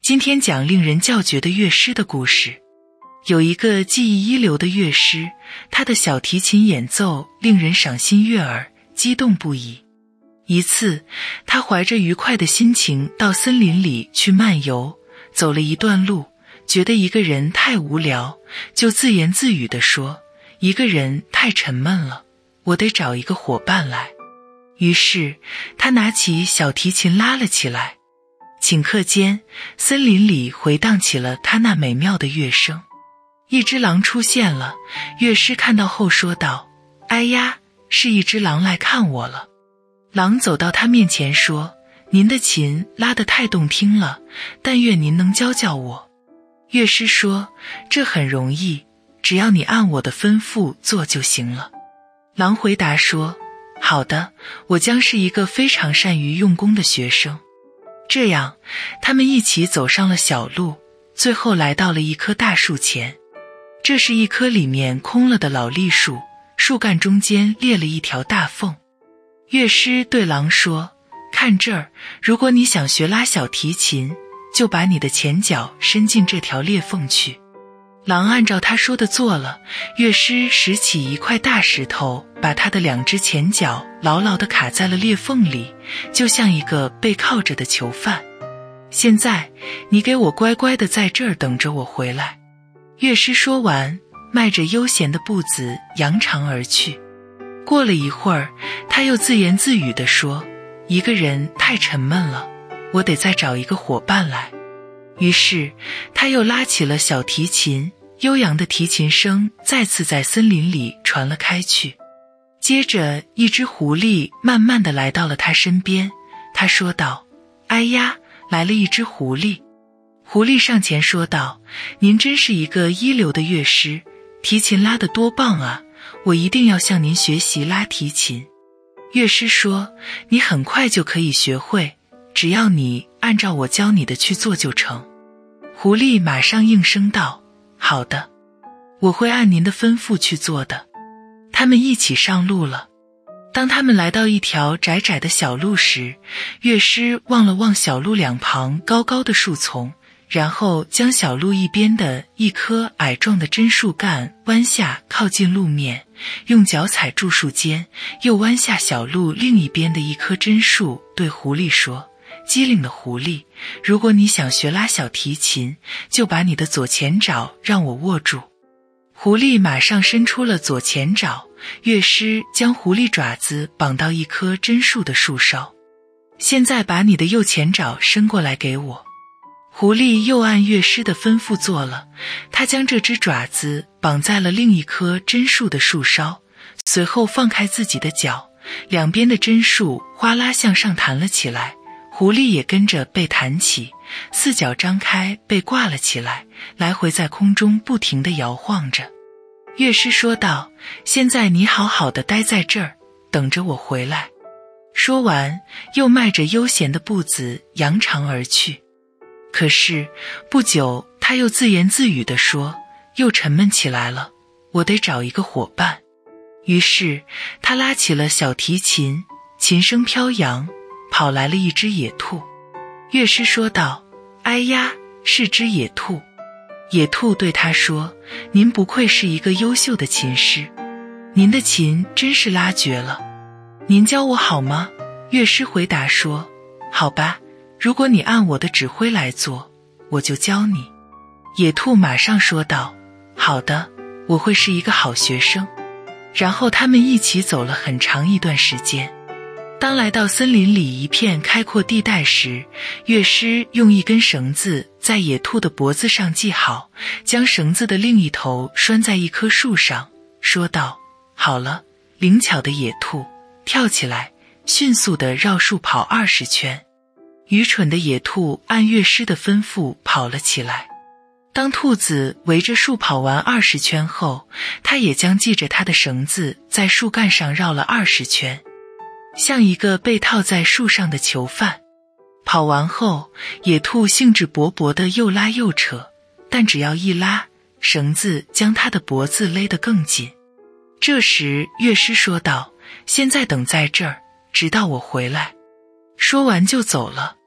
今天讲令人叫绝的乐师的故事。有一个技艺一流的乐师，他的小提琴演奏令人赏心悦耳，激动不已。一次，他怀着愉快的心情到森林里去漫游，走了一段路，觉得一个人太无聊，就自言自语地说，一个人太沉闷了，我得找一个伙伴来。于是他拿起小提琴拉了起来。顷刻间，森林里回荡起了他那美妙的乐声。一只狼出现了，乐师看到后说道，哎呀，是一只狼来看我了。狼走到他面前说，您的琴拉得太动听了，但愿您能教教我。乐师说，这很容易，只要你按我的吩咐做就行了。狼回答说，好的，我将是一个非常善于用功的学生。这样，他们一起走上了小路，最后来到了一棵大树前。这是一棵里面空了的老栗树，树干中间裂了一条大缝。乐师对狼说，看这儿，如果你想学拉小提琴，就把你的前脚伸进这条裂缝去。狼按照他说的做了，乐师拾起一块大石头，把他的两只前脚牢牢地卡在了裂缝里，就像一个背靠着的囚犯。现在，你给我乖乖地在这儿等着我回来。乐师说完，迈着悠闲的步子扬长而去。过了一会儿，他又自言自语地说，一个人太沉闷了，我得再找一个伙伴来。于是他又拉起了小提琴，悠扬的提琴声再次在森林里传了开去。接着一只狐狸慢慢地来到了他身边，他说道，哎呀，来了一只狐狸。狐狸上前说道，您真是一个一流的乐师，提琴拉得多棒啊，我一定要向您学习拉提琴。乐师说，你很快就可以学会，只要你按照我教你的去做就成。狐狸马上应声道，好的，我会按您的吩咐去做的。他们一起上路了。当他们来到一条窄窄的小路时，乐师望了望小路两旁高高的树丛，然后将小路一边的一棵矮壮的针树干弯下靠近路面，用脚踩住树尖，又弯下小路另一边的一棵针树，对狐狸说，机灵的狐狸，如果你想学拉小提琴，就把你的左前爪让我握住。狐狸马上伸出了左前爪，乐师将狐狸爪子绑到一棵针树的树梢。现在把你的右前爪伸过来给我。狐狸又按乐师的吩咐做了，他将这只爪子绑在了另一棵针树的树梢，随后放开自己的脚，两边的针树哗啦向上弹了起来，狐狸也跟着被弹起，四脚张开被挂了起来，来回在空中不停地摇晃着。乐师说道，现在你好好的待在这儿，等着我回来。说完，又迈着悠闲的步子扬长而去。可是不久，他又自言自语地说，又沉闷起来了，我得找一个伙伴。于是他拉起了小提琴，琴声飘扬，跑来了一只野兔。乐师说道，哎呀，是只野兔。野兔对他说，您不愧是一个优秀的琴师，您的琴真是拉绝了，您教我好吗？乐师回答说，好吧，如果你按我的指挥来做，我就教你。野兔马上说道，好的，我会是一个好学生。然后他们一起走了很长一段时间。当来到森林里一片开阔地带时，乐师用一根绳子在野兔的脖子上系好，将绳子的另一头拴在一棵树上，说道，好了，灵巧的野兔，跳起来，迅速地绕树跑20圈。愚蠢的野兔按乐师的吩咐跑了起来。当兔子围着树跑完20圈后，它也将系着它的绳子在树干上绕了20圈。像一个被套在树上的囚犯。跑完后，野兔兴致勃勃地又拉又扯，但只要一拉，绳子将它的脖子勒得更紧。这时乐师说道，现在等在这儿，直到我回来。说完就走了。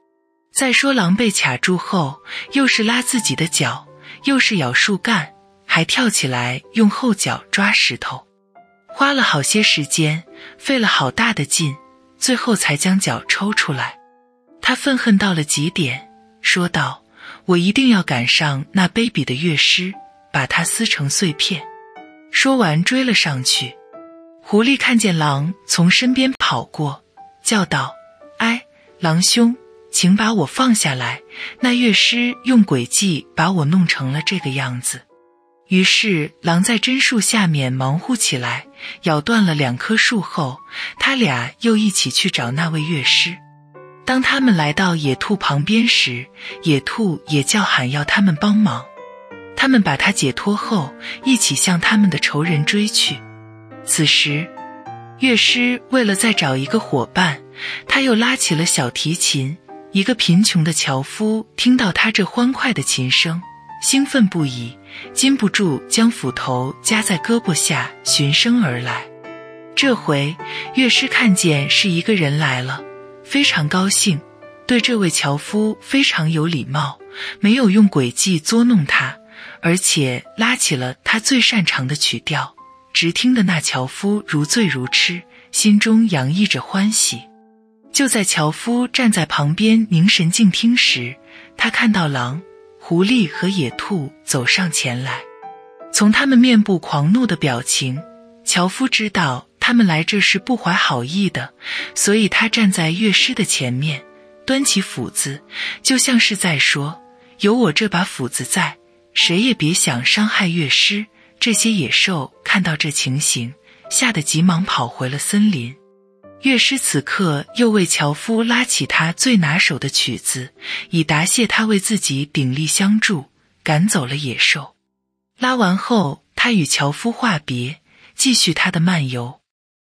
再说狼被卡住后，又是拉自己的脚，又是咬树干，还跳起来用后脚抓石头，花了好些时间，费了好大的劲，最后才将脚抽出来。他愤恨到了极点，说道：我一定要赶上那卑鄙的乐师，把它撕成碎片。说完追了上去。狐狸看见狼从身边跑过，叫道：哎，狼兄，请把我放下来，那乐师用诡计把我弄成了这个样子。于是狼在榛树下面忙活起来，咬断了2棵树后，他俩又一起去找那位乐师。当他们来到野兔旁边时，野兔也叫喊要他们帮忙。他们把他解脱后，一起向他们的仇人追去。此时乐师为了再找一个伙伴，他又拉起了小提琴。一个贫穷的樵夫听到他这欢快的琴声，兴奋不已，禁不住将斧头夹在胳膊下循声而来。这回乐师看见是一个人来了，非常高兴，对这位樵夫非常有礼貌，没有用诡计捉弄他，而且拉起了他最擅长的曲调，直听得那樵夫如醉如痴，心中洋溢着欢喜。就在樵夫站在旁边凝神静听时，他看到狼、狐狸和野兔走上前来。从他们面部狂怒的表情，樵夫知道他们来这是不怀好意的，所以他站在乐师的前面，端起斧子，就像是在说：有我这把斧子在，谁也别想伤害乐师。这些野兽看到这情形，吓得急忙跑回了森林。乐师此刻又为樵夫拉起他最拿手的曲子，以答谢他为自己鼎力相助，赶走了野兽。拉完后，他与樵夫话别，继续他的漫游。